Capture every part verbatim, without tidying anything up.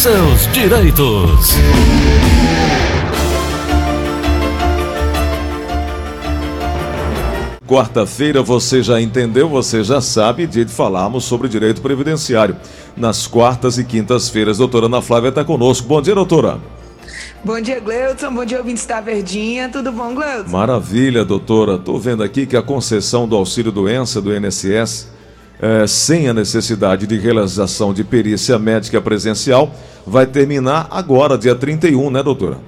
seus direitos. Quarta-feira, você já entendeu, você já sabe, dia de falarmos sobre direito previdenciário. Nas quartas e quintas-feiras, doutora Ana Flávia está conosco. Bom dia, doutora. Bom dia, Gleudson. Bom dia, ouvintes da Verdinha. Tudo bom, Gleudson? Maravilha, doutora. Estou vendo aqui que a concessão do auxílio-doença do I N S S, é, sem a necessidade de realização de perícia médica presencial, vai terminar agora, dia trinta e um, né, doutora?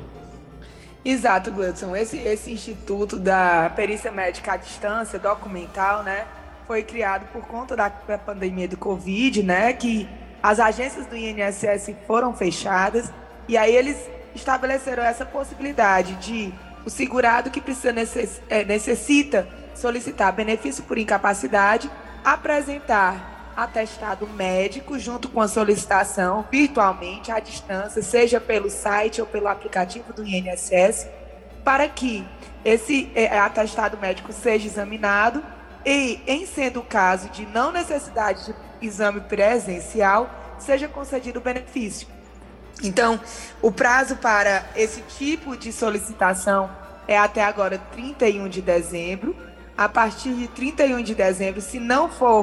Exato, Gleudson. Esse, esse instituto da perícia médica à distância, documental, né, foi criado por conta da pandemia do Covid, né, que as agências do I N S S foram fechadas, e aí eles estabeleceram essa possibilidade de o segurado que precisa necess, é, necessita solicitar benefício por incapacidade, apresentar atestado médico junto com a solicitação virtualmente à distância, seja pelo site ou pelo aplicativo do I N S S, para que esse é, atestado médico seja examinado e, em sendo o caso de não necessidade de exame presencial, seja concedido o benefício. Então, o prazo para esse tipo de solicitação é até agora trinta e um de dezembro. A partir de trinta e um de dezembro, se não for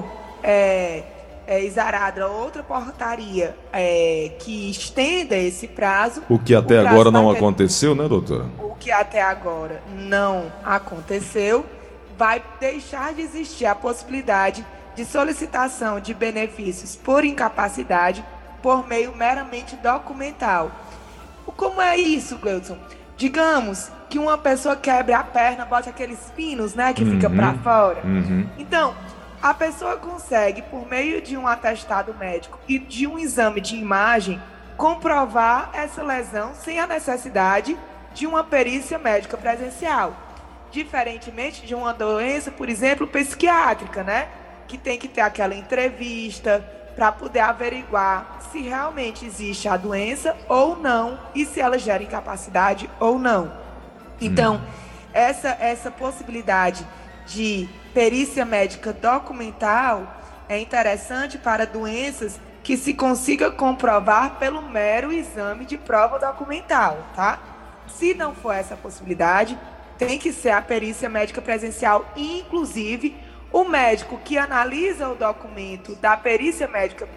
é, é, exarada outra portaria é, que estenda esse prazo... O que até prazo agora não ter... aconteceu, né, doutora? O que até agora não aconteceu, vai deixar de existir a possibilidade de solicitação de benefícios por incapacidade por meio meramente documental. Como é isso, Gleudson? Digamos que uma pessoa quebre a perna, bote aqueles pinos, né, que uhum, fica para fora. Uhum. Então, a pessoa consegue, por meio de um atestado médico e de um exame de imagem, comprovar essa lesão sem a necessidade de uma perícia médica presencial. Diferentemente de uma doença, por exemplo, psiquiátrica, né, que tem que ter aquela entrevista para poder averiguar se realmente existe a doença ou não e se ela gera incapacidade ou não. Então, hum. essa, essa possibilidade de perícia médica documental é interessante para doenças que se consiga comprovar pelo mero exame de prova documental, tá? Se não for essa possibilidade, tem que ser a perícia médica presencial, inclusive o médico que analisa o documento da perícia médica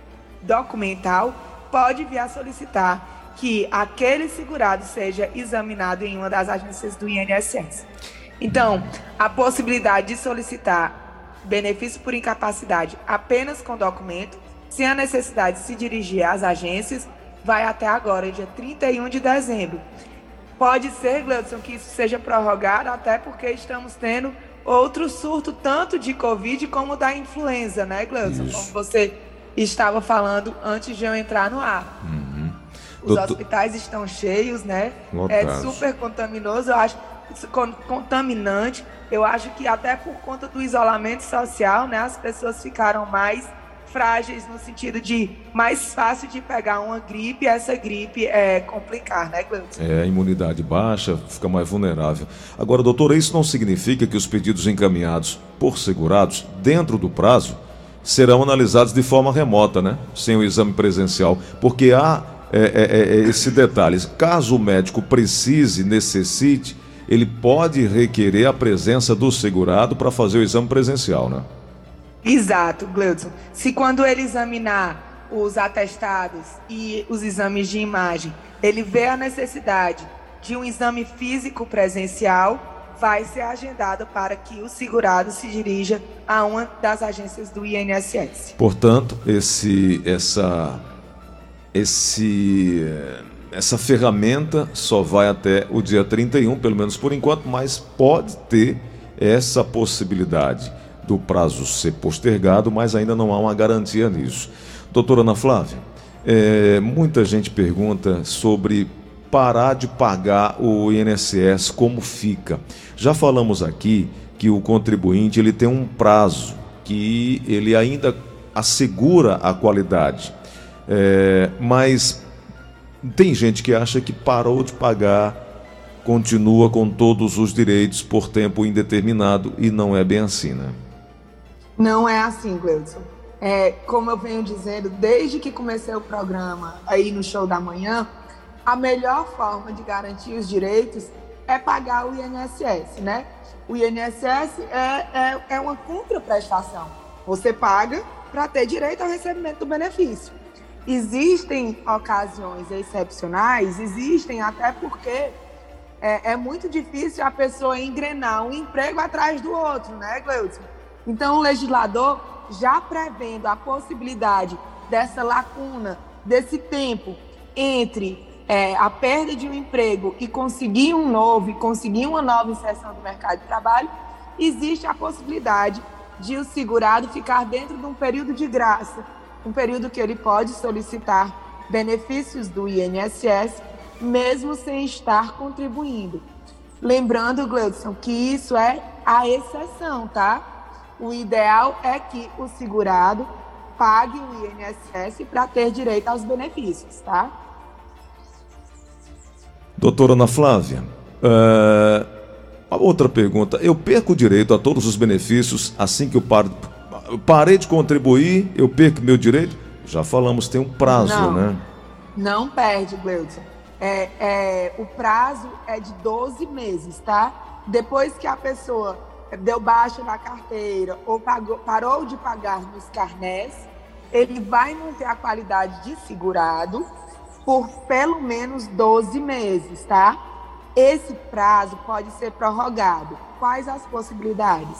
documental pode vir a solicitar que aquele segurado seja examinado em uma das agências do I N S S. Então, a possibilidade de solicitar benefício por incapacidade apenas com documento, sem a necessidade de se dirigir às agências, vai até agora, dia trinta e um de dezembro. Pode ser, Gleudson, que isso seja prorrogado, até porque estamos tendo outro surto tanto de Covid como da influenza, né, Gleudson? Isso. Como você estava falando antes de eu entrar no ar. Uhum. Os Doutor... hospitais estão cheios, né? Lotado. É super contaminoso, eu acho contaminante. Eu acho que até por conta do isolamento social, né, as pessoas ficaram mais frágeis no sentido de mais fácil de pegar uma gripe, essa gripe é complicar, né, Gleudson? É, a imunidade baixa, fica mais vulnerável. Agora, doutora, isso não significa que os pedidos encaminhados por segurados, dentro do prazo, serão analisados de forma remota, né? Sem o exame presencial, porque há é, é, é, esse detalhe. Caso o médico precise, necessite, ele pode requerer a presença do segurado para fazer o exame presencial, né? Exato, Gleudson. Se quando ele examinar os atestados e os exames de imagem, ele vê a necessidade de um exame físico presencial, vai ser agendado para que o segurado se dirija a uma das agências do I N S S. Portanto, esse, essa, esse, essa ferramenta só vai até o dia trinta e um, pelo menos por enquanto, mas pode ter essa possibilidade do prazo ser postergado, mas ainda não há uma garantia nisso. Doutora Ana Flávia, é, muita gente pergunta sobre parar de pagar o I N S S, como fica. Já falamos aqui que o contribuinte ele tem um prazo, que ele ainda assegura a qualidade, é, mas tem gente que acha que parou de pagar, continua com todos os direitos por tempo indeterminado, e não é bem assim, né? Não é assim, Gleudson. É, como eu venho dizendo, desde que comecei o programa aí no Show da Manhã, a melhor forma de garantir os direitos é pagar o I N S S, né? O I N S S é, é, é uma contraprestação. Você paga para ter direito ao recebimento do benefício. Existem ocasiões excepcionais, existem até porque é, é muito difícil a pessoa engrenar um emprego atrás do outro, né, Gleudson? Então, o legislador, já prevendo a possibilidade dessa lacuna, desse tempo entre é, a perda de um emprego e conseguir um novo, e conseguir uma nova inserção no mercado de trabalho, existe a possibilidade de o segurado ficar dentro de um período de graça, um período que ele pode solicitar benefícios do I N S S, mesmo sem estar contribuindo. Lembrando, Gleudson, que isso é a exceção, tá? O ideal é que o segurado pague o I N S S para ter direito aos benefícios, tá? Doutora Ana Flávia, uh, a outra pergunta, eu perco o direito a todos os benefícios assim que eu paro, eu parei de contribuir, eu perco meu direito? Já falamos, tem um prazo, não, né? Não perde, Gleudson. É, é, o prazo é de doze meses, tá? Depois que a pessoa deu baixa na carteira ou pagou, parou de pagar nos carnés, ele vai manter a qualidade de segurado por pelo menos doze meses, tá? Esse prazo pode ser prorrogado. Quais as possibilidades?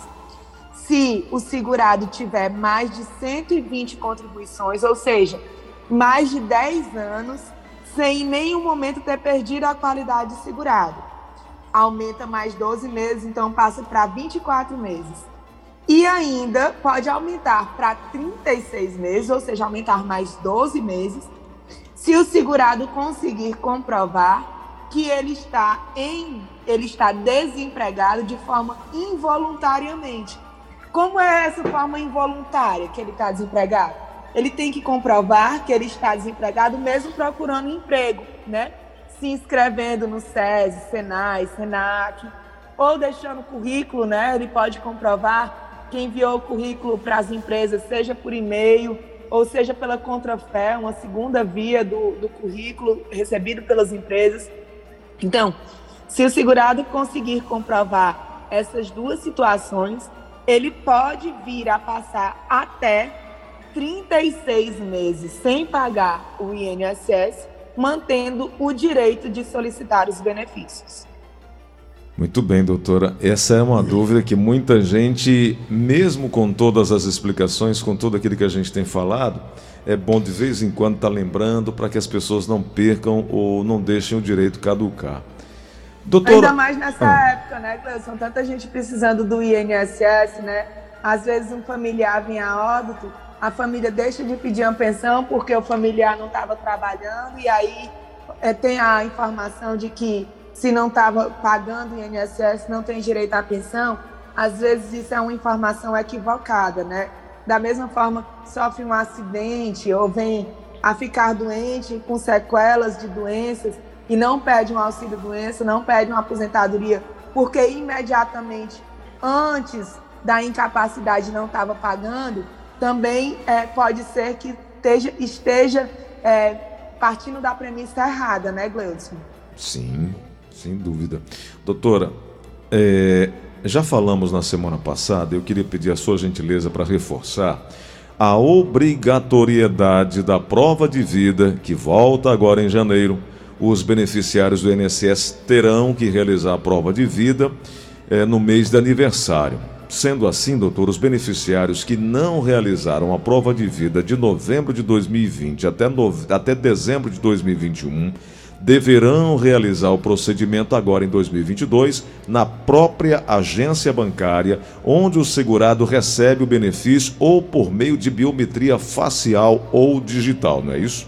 Se o segurado tiver mais de cento e vinte contribuições, ou seja, mais de dez anos, sem em nenhum momento ter perdido a qualidade de segurado. Aumenta mais doze meses, então passa para vinte e quatro meses. E ainda pode aumentar para trinta e seis meses, ou seja, aumentar mais doze meses, se o segurado conseguir comprovar que ele está, em, ele está desempregado de forma involuntariamente. Como é essa forma involuntária que ele está desempregado? Ele tem que comprovar que ele está desempregado mesmo procurando emprego, né? Se inscrevendo no SESI, SENAI, SENAC, ou deixando o currículo, né? Ele pode comprovar que enviou o currículo para as empresas, seja por e-mail, ou seja pela contrafé, uma segunda via do, do currículo recebido pelas empresas. Então, se o segurado conseguir comprovar essas duas situações, ele pode vir a passar até trinta e seis meses sem pagar o I N S S, mantendo o direito de solicitar os benefícios. Muito bem, doutora. Essa é uma dúvida que muita gente, mesmo com todas as explicações, com tudo aquilo que a gente tem falado, é bom de vez em quando estar lembrando para que as pessoas não percam ou não deixem o direito caducar. Doutora... Ainda mais nessa ah. época, né, Cleison? Tanta gente precisando do I N S S, né? Às vezes um familiar vem a óbito, a família deixa de pedir uma pensão porque o familiar não estava trabalhando e aí é, tem a informação de que se não estava pagando o I N S S, não tem direito à pensão. Às vezes isso é uma informação equivocada, né? Da mesma forma, sofre um acidente ou vem a ficar doente com sequelas de doenças e não pede um auxílio-doença, não pede uma aposentadoria, porque imediatamente antes da incapacidade não estava pagando, também é, pode ser que esteja, esteja é, partindo da premissa errada, né, Gleudson? Sim. Sem dúvida. Doutora, é, já falamos na semana passada, eu queria pedir a sua gentileza para reforçar a obrigatoriedade da prova de vida, que volta agora em janeiro. Os beneficiários do I N S S terão que realizar a prova de vida é, no mês de aniversário. Sendo assim, doutor, os beneficiários que não realizaram a prova de vida de novembro de dois mil e vinte até, nove... até dezembro de dois mil e vinte e um deverão realizar o procedimento agora em dois mil e vinte e dois na própria agência bancária, onde o segurado recebe o benefício ou por meio de biometria facial ou digital, não é isso?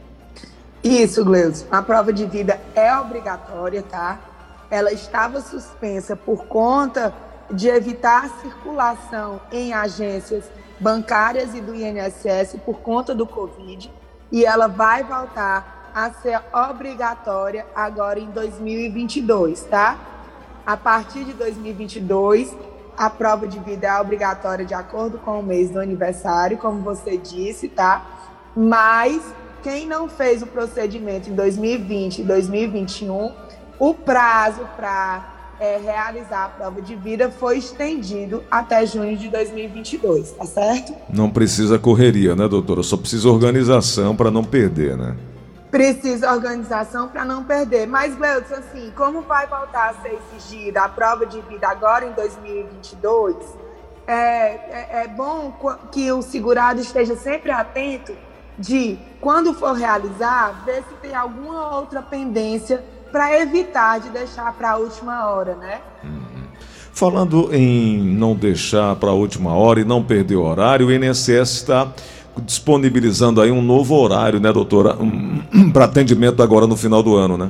Isso, Gleudson. A prova de vida é obrigatória, tá? Ela estava suspensa por conta de evitar a circulação em agências bancárias e do I N S S por conta do Covid, e ela vai voltar a ser obrigatória agora em dois mil e vinte e dois, tá? A partir de dois mil e vinte e dois, a prova de vida é obrigatória de acordo com o mês do aniversário, como você disse, tá? Mas quem não fez o procedimento em dois mil e vinte e dois mil e vinte e um, o prazo para é, realizar a prova de vida foi estendido até junho de dois mil e vinte e dois, tá certo? Não precisa correria, né, doutora? Só precisa organização para não perder, né? Precisa organização para não perder. Mas, Gleudson, assim, como vai voltar a ser exigida a prova de vida agora em dois mil e vinte e dois, é, é, é bom que o segurado esteja sempre atento de, quando for realizar, ver se tem alguma outra pendência para evitar de deixar para a última hora, né? Uhum. Falando em não deixar para a última hora e não perder o horário, o I N S S está disponibilizando aí um novo horário, né, doutora, um, para atendimento agora no final do ano, né?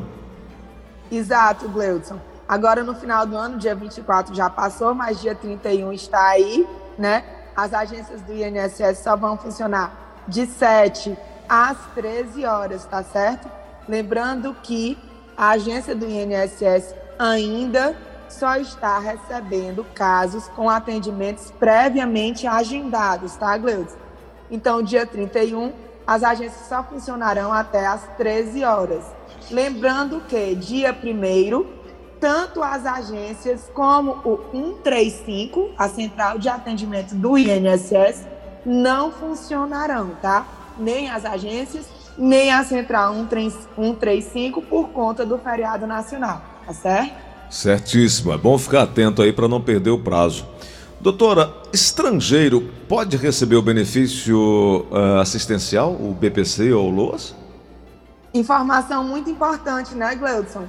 Exato, Gleudson. Agora no final do ano, dia vinte e quatro já passou, mas dia trinta e um está aí, né? As agências do I N S S só vão funcionar de sete às treze horas, tá certo? Lembrando que a agência do I N S S ainda só está recebendo casos com atendimentos previamente agendados, tá, Gleudson? Então, dia trinta e um, as agências só funcionarão até às treze horas. Lembrando que, dia primeiro, tanto as agências como o cento e trinta e cinco, a central de atendimento do I N S S, não funcionarão, tá? Nem as agências, nem a central cento e trinta e cinco, por conta do feriado nacional, tá certo? Certíssimo. É bom ficar atento aí para não perder o prazo. Doutora, estrangeiro pode receber o benefício uh, assistencial, o B P C ou o LOAS? Informação muito importante, né, Gleudson?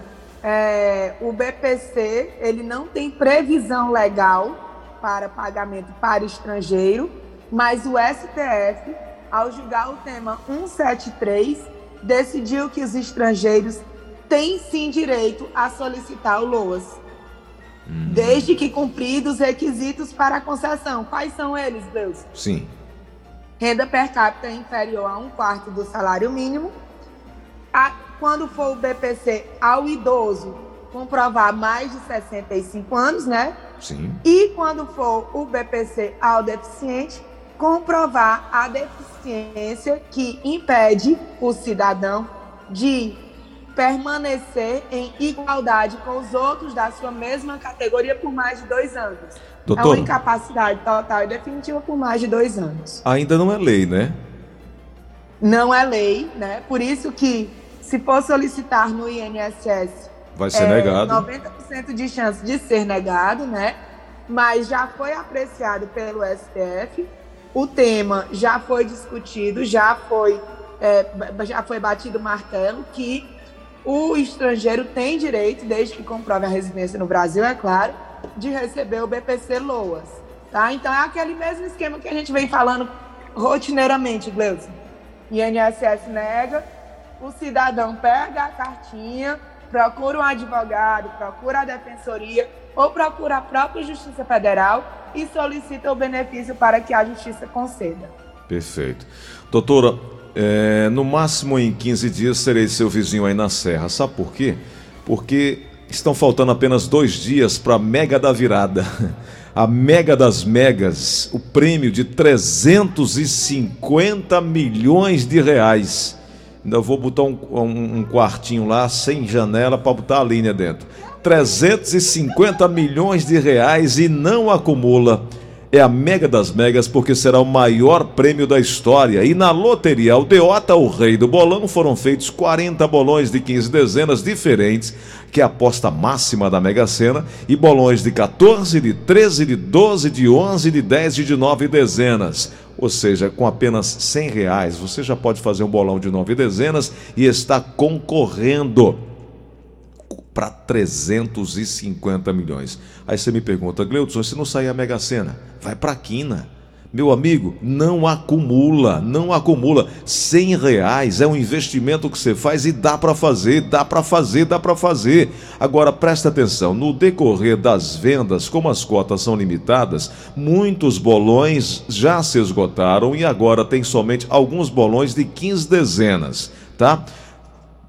É, o B P C, ele não tem previsão legal para pagamento para estrangeiro, mas o S T F, ao julgar o tema cento e setenta e três, decidiu que os estrangeiros têm sim direito a solicitar o LOAS. Hum. Desde que cumpridos os requisitos para a concessão. Quais são eles, Deus? Sim. Renda per capita inferior a um quarto do salário mínimo. A, quando for o B P C ao idoso, comprovar mais de sessenta e cinco anos, né? Sim. E quando for o B P C ao deficiente, comprovar a deficiência que impede o cidadão de permanecer em igualdade com os outros da sua mesma categoria por mais de dois anos. Doutor, é uma incapacidade total e definitiva por mais de dois anos. Ainda não é lei, né? Não é lei, né? Por isso que, se for solicitar no I N S S, vai ser é, negado. noventa por cento de chance de ser negado, né? Mas já foi apreciado pelo S T F, o tema já foi discutido, já foi, é, já foi batido o martelo que o estrangeiro tem direito, desde que comprove a residência no Brasil, é claro, de receber o B P C LOAS, tá? Então é aquele mesmo esquema que a gente vem falando rotineiramente, Gleudson. I N S S nega, o cidadão pega a cartinha, procura um advogado, procura a defensoria ou procura a própria Justiça Federal e solicita o benefício para que a Justiça conceda. Perfeito. Doutora, É, no máximo em quinze dias serei seu vizinho aí na Serra. Sabe por quê? Porque estão faltando apenas dois dias para a Mega da Virada. A Mega das Megas, o prêmio de trezentos e cinquenta milhões de reais. Ainda vou botar um, um, um quartinho lá, sem janela, para botar a linha dentro. trezentos e cinquenta milhões de reais e não acumula. É a Mega das Megas, porque será o maior prêmio da história. E na loteria Aldeota, o rei do bolão, foram feitos quarenta bolões de quinze dezenas diferentes, que é a aposta máxima da Mega Sena, e bolões de quatorze, de treze, de doze, de onze, de dez e de nove dezenas. Ou seja, com apenas cem reais, você já pode fazer um bolão de nove dezenas e está concorrendo para trezentos e cinquenta milhões. Aí você me pergunta, Gleudson, se não sair a Mega Sena, vai para a quina. Meu amigo, não acumula, não acumula. cem reais é um investimento que você faz e dá para fazer, dá para fazer, dá para fazer. Agora presta atenção, no decorrer das vendas, como as cotas são limitadas, muitos bolões já se esgotaram e agora tem somente alguns bolões de quinze dezenas, tá?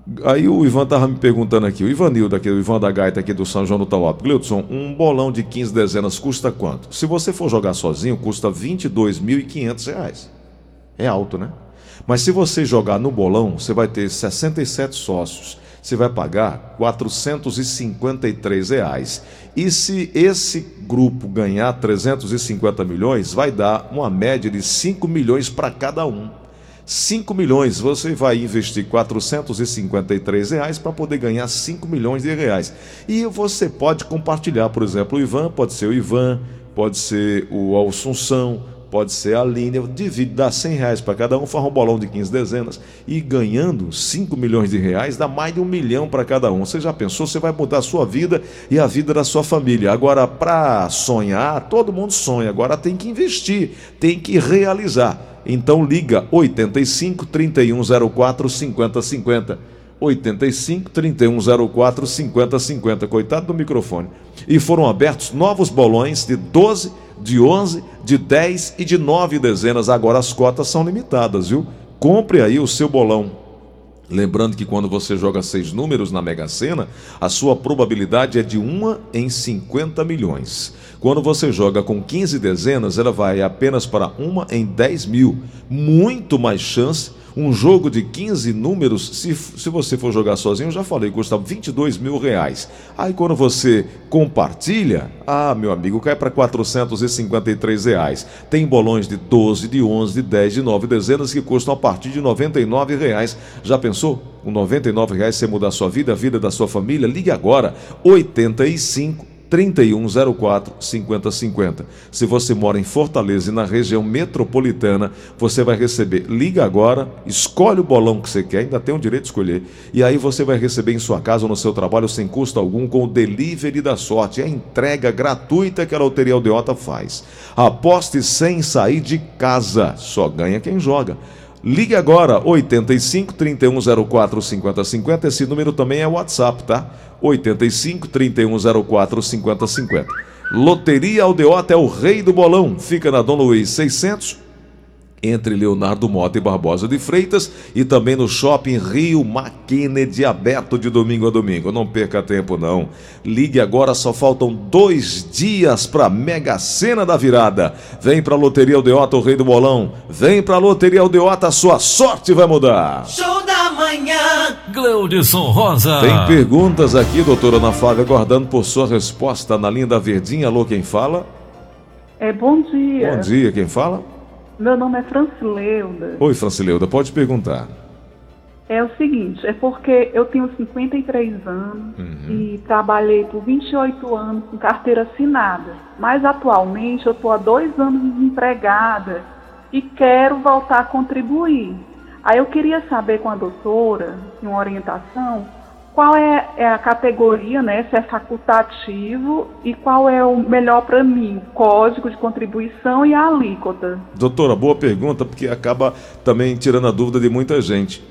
Aí o Ivan estava me perguntando aqui, o Ivanildo, aqui, o Ivan da Gaita aqui do São João do Tauap. Gleudson, um bolão de quinze dezenas custa quanto? Se você for jogar sozinho, custa vinte e dois mil e quinhentos reais. É alto, né? Mas se você jogar no bolão, você vai ter sessenta e sete sócios. Você vai pagar quatrocentos e cinquenta e três reais. E se esse grupo ganhar trezentos e cinquenta milhões, vai dar uma média de cinco milhões para cada um. cinco milhões, você vai investir quatrocentos e cinquenta e três reais para poder ganhar cinco milhões de reais. E você pode compartilhar, por exemplo, o Ivan, pode ser o Ivan, pode ser o Assunção, pode ser a Aline, divide, dá cem reais para cada um, faz um bolão de quinze dezenas e ganhando cinco milhões de reais, dá mais de um milhão para cada um. Você já pensou? Você vai mudar a sua vida e a vida da sua família. Agora, para sonhar, todo mundo sonha, agora tem que investir, tem que realizar. Então liga oitenta e cinco, trinta e um zero quatro, cinquenta cinquenta. oitenta e cinco, trinta e um zero quatro, cinquenta cinquenta. Coitado do microfone. E foram abertos novos bolões de doze, de onze, de dez e de nove dezenas. Agora as cotas são limitadas, viu? Compre aí o seu bolão. Lembrando que quando você joga seis números na Mega Sena, a sua probabilidade é de uma em cinquenta milhões. Quando você joga com quinze dezenas, ela vai apenas para uma em dez mil. Muito mais chance. Um jogo de quinze números, se, se você for jogar sozinho, eu já falei, custa vinte e dois mil reais. Aí quando você compartilha, ah, meu amigo, cai para quatrocentos e cinquenta e três reais. Tem bolões de doze, de onze, de dez, de nove dezenas que custam a partir de noventa e nove reais. Já pensou? Com noventa e nove reais você mudar a sua vida, a vida da sua família? Ligue agora, oitenta e cinco, trinta e um zero quatro, cinquenta cinquenta. Se você mora em Fortaleza e na região metropolitana, você vai receber, liga agora, escolhe o bolão que você quer, ainda tem o direito de escolher, e aí você vai receber em sua casa ou no seu trabalho sem custo algum com o Delivery da Sorte, é a entrega gratuita que a Loteria Aldeota faz. Aposte sem sair de casa, só ganha quem joga. Ligue agora, oitenta e cinco, trinta e um zero quatro, cinquenta cinquenta, esse número também é WhatsApp, tá? oitenta e cinco, trinta e um zero quatro, cinquenta cinquenta. Loteria Aldeota é o rei do bolão, fica na Dom Luiz seiscentos, entre Leonardo Mota e Barbosa de Freitas, e também no Shopping Rio McKennedy, aberto de domingo a domingo. Não perca tempo não, ligue agora, só faltam dois dias para a Mega Sena da virada. Vem para a Loteria Aldeota, o rei do bolão, vem para a Loteria Aldeota, sua sorte vai mudar. Show da manhã, Gleudson Rosa. Tem perguntas aqui, doutora Ana Flávia, aguardando por sua resposta na linha da Verdinha. Alô, quem fala? É, bom dia. Bom dia, quem fala? Meu nome é Francileuda. Oi, Francileuda, pode perguntar. É o seguinte, é porque eu tenho cinquenta e três anos uhum. e trabalhei por vinte e oito anos com carteira assinada, mas atualmente eu estou há dois anos desempregada e quero voltar a contribuir. Aí eu queria saber com a doutora, uma orientação, qual é, é a categoria, né, se é facultativo e qual é o melhor para mim, o código de contribuição e a alíquota. Doutora, boa pergunta, porque acaba também tirando a dúvida de muita gente.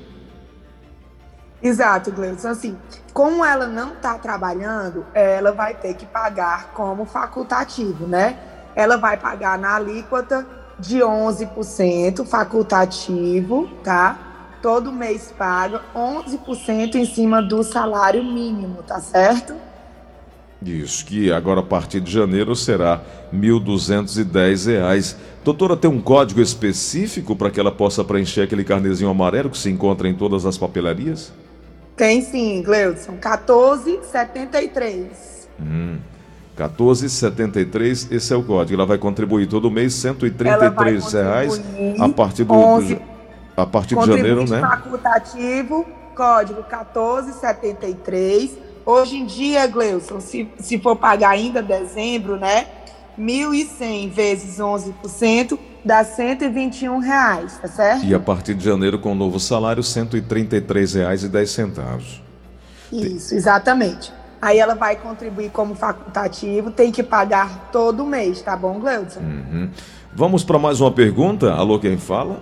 Exato, Gleudson. Assim, como ela não está trabalhando, ela vai ter que pagar como facultativo, né? Ela vai pagar na alíquota de onze por cento facultativo, tá? Todo mês paga onze por cento em cima do salário mínimo, tá certo? Isso, que agora a partir de janeiro será mil duzentos e dez reais. Doutora, tem um código específico para que ela possa preencher aquele carnezinho amarelo que se encontra em todas as papelarias? Tem sim, Gleudson, quatorze setenta e três. Hum, quatorze setenta e três, esse é o código. Ela vai contribuir todo mês cento e trinta e três reais a partir do... onze... do A partir de janeiro, né? Facultativo, código quatorze setenta e três. Hoje em dia, Gleudson, se, se for pagar ainda dezembro, né? mil e cem vezes onze por cento dá cento e vinte e um reais, tá certo? E a partir de janeiro, com o novo salário, cento e trinta e três reais e dez centavos. Isso, exatamente. Aí ela vai contribuir como facultativo, tem que pagar todo mês, tá bom, Gleudson? Uhum. Vamos para mais uma pergunta. Alô, quem fala?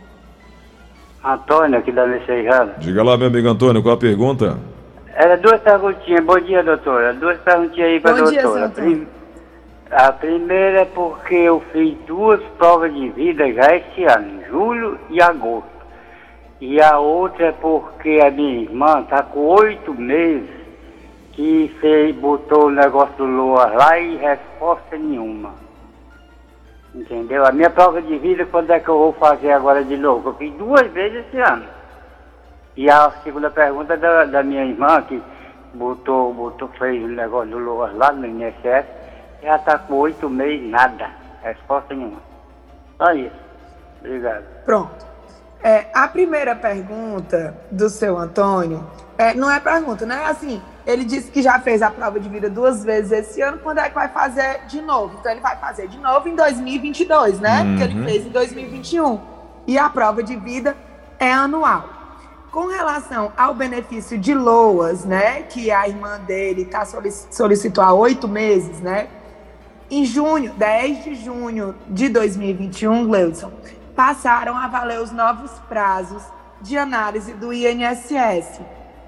Antônio, aqui da Messejana. Diga lá, meu amigo Antônio, qual a pergunta? Era duas perguntinhas. Bom dia, doutora. Duas perguntinhas aí para a doutora. Prim... A primeira é porque eu fiz duas provas de vida já esse ano, julho e agosto. E a outra é porque a minha irmã tá com oito meses que você botou o negócio do Lua lá e resposta nenhuma. Entendeu? A minha prova de vida, quando é que eu vou fazer agora de novo? Eu fiz duas vezes esse ano. E a segunda pergunta da, da minha irmã, que botou, botou, fez o negócio do Lua lá no I N S S, ela tá com oito meses, nada. Resposta nenhuma. Só isso. Obrigado. Pronto. É, a primeira pergunta do seu Antônio, é, não é pergunta, né? Assim, ele disse que já fez a prova de vida duas vezes esse ano, quando é que vai fazer de novo? Então ele vai fazer de novo em dois mil e vinte e dois, né? Uhum. Porque ele fez em dois mil e vinte e um. E a prova de vida é anual. Com relação ao benefício de LOAS, né? Que a irmã dele tá solic- solicitou há oito meses, né? Em junho, dez de junho de dois mil e vinte e um, Gleudson, passaram a valer os novos prazos de análise do I N S S.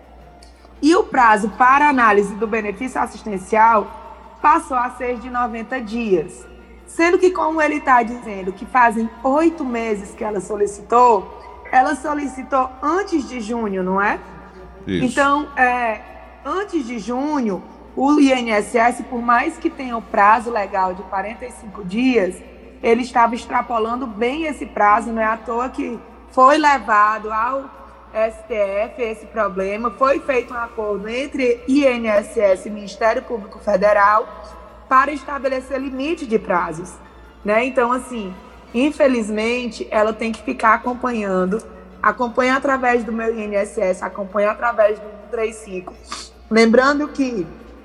E o prazo para análise do benefício assistencial passou a ser de noventa dias. Sendo que, como ele está dizendo que fazem oito meses que ela solicitou, ela solicitou antes de junho, não é? Isso. Então, é, antes de junho, o I N S S, por mais que tenha o prazo legal de quarenta e cinco dias, ele estava extrapolando bem esse prazo, não é à toa que foi levado ao S T F esse problema, foi feito um acordo entre I N S S e Ministério Público Federal para estabelecer limite de prazos, né? Então, assim, infelizmente, ela tem que ficar acompanhando, acompanha através do meu I N S S, acompanha através do cento e trinta e cinco. Lembrando que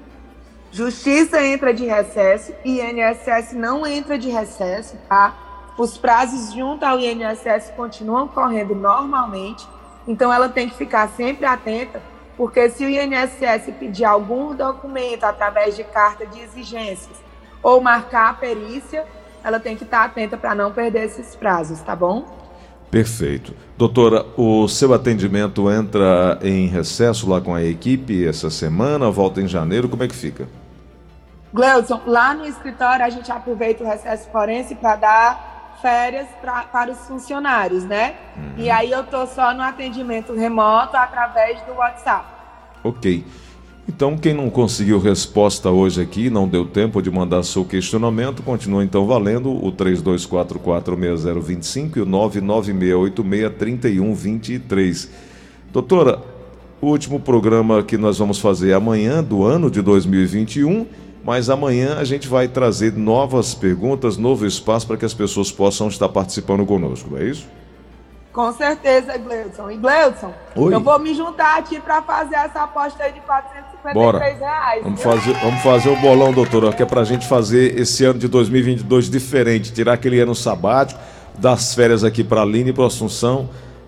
Justiça entra de recesso, I N S S não entra de recesso, tá? Os prazos junto ao I N S S continuam correndo normalmente, então ela tem que ficar sempre atenta, porque se o I N S S pedir algum documento através de carta de exigências ou marcar a perícia, ela tem que estar atenta para não perder esses prazos, tá bom? Perfeito. Doutora, o seu atendimento entra em recesso lá com a equipe essa semana, volta em janeiro, como é que fica? Gleudson, lá no escritório a gente aproveita o recesso forense para dar férias pra, para os funcionários, né? Uhum. E aí eu tô só no atendimento remoto através do WhatsApp. Ok. Então, quem não conseguiu resposta hoje aqui, não deu tempo de mandar seu questionamento, continua então valendo o três dois quatro quatro seis zero dois cinco e o nove nove seis oito seis três um dois três. Doutora, o último programa que nós vamos fazer amanhã do ano de dois mil e vinte e um, mas amanhã a gente vai trazer novas perguntas, novo espaço para que as pessoas possam estar participando conosco, não é isso? Com certeza, Gleudson. E Gleudson, Oi? eu vou me juntar aqui para fazer essa aposta aí de quatrocentos e cinquenta e três reais. Vamos fazer, vamos fazer o bolão, doutora, que é para a gente fazer esse ano de dois mil e vinte e dois diferente, tirar aquele ano sabático, dar as férias aqui para a Aline e para a Assunção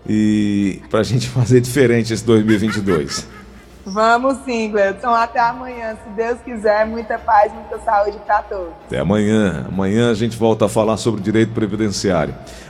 e para a gente fazer diferente esse dois mil e vinte e dois. Vamos sim, Gleudson. Até amanhã, se Deus quiser. Muita paz, muita saúde para todos. Até amanhã. Amanhã a gente volta a falar sobre direito previdenciário.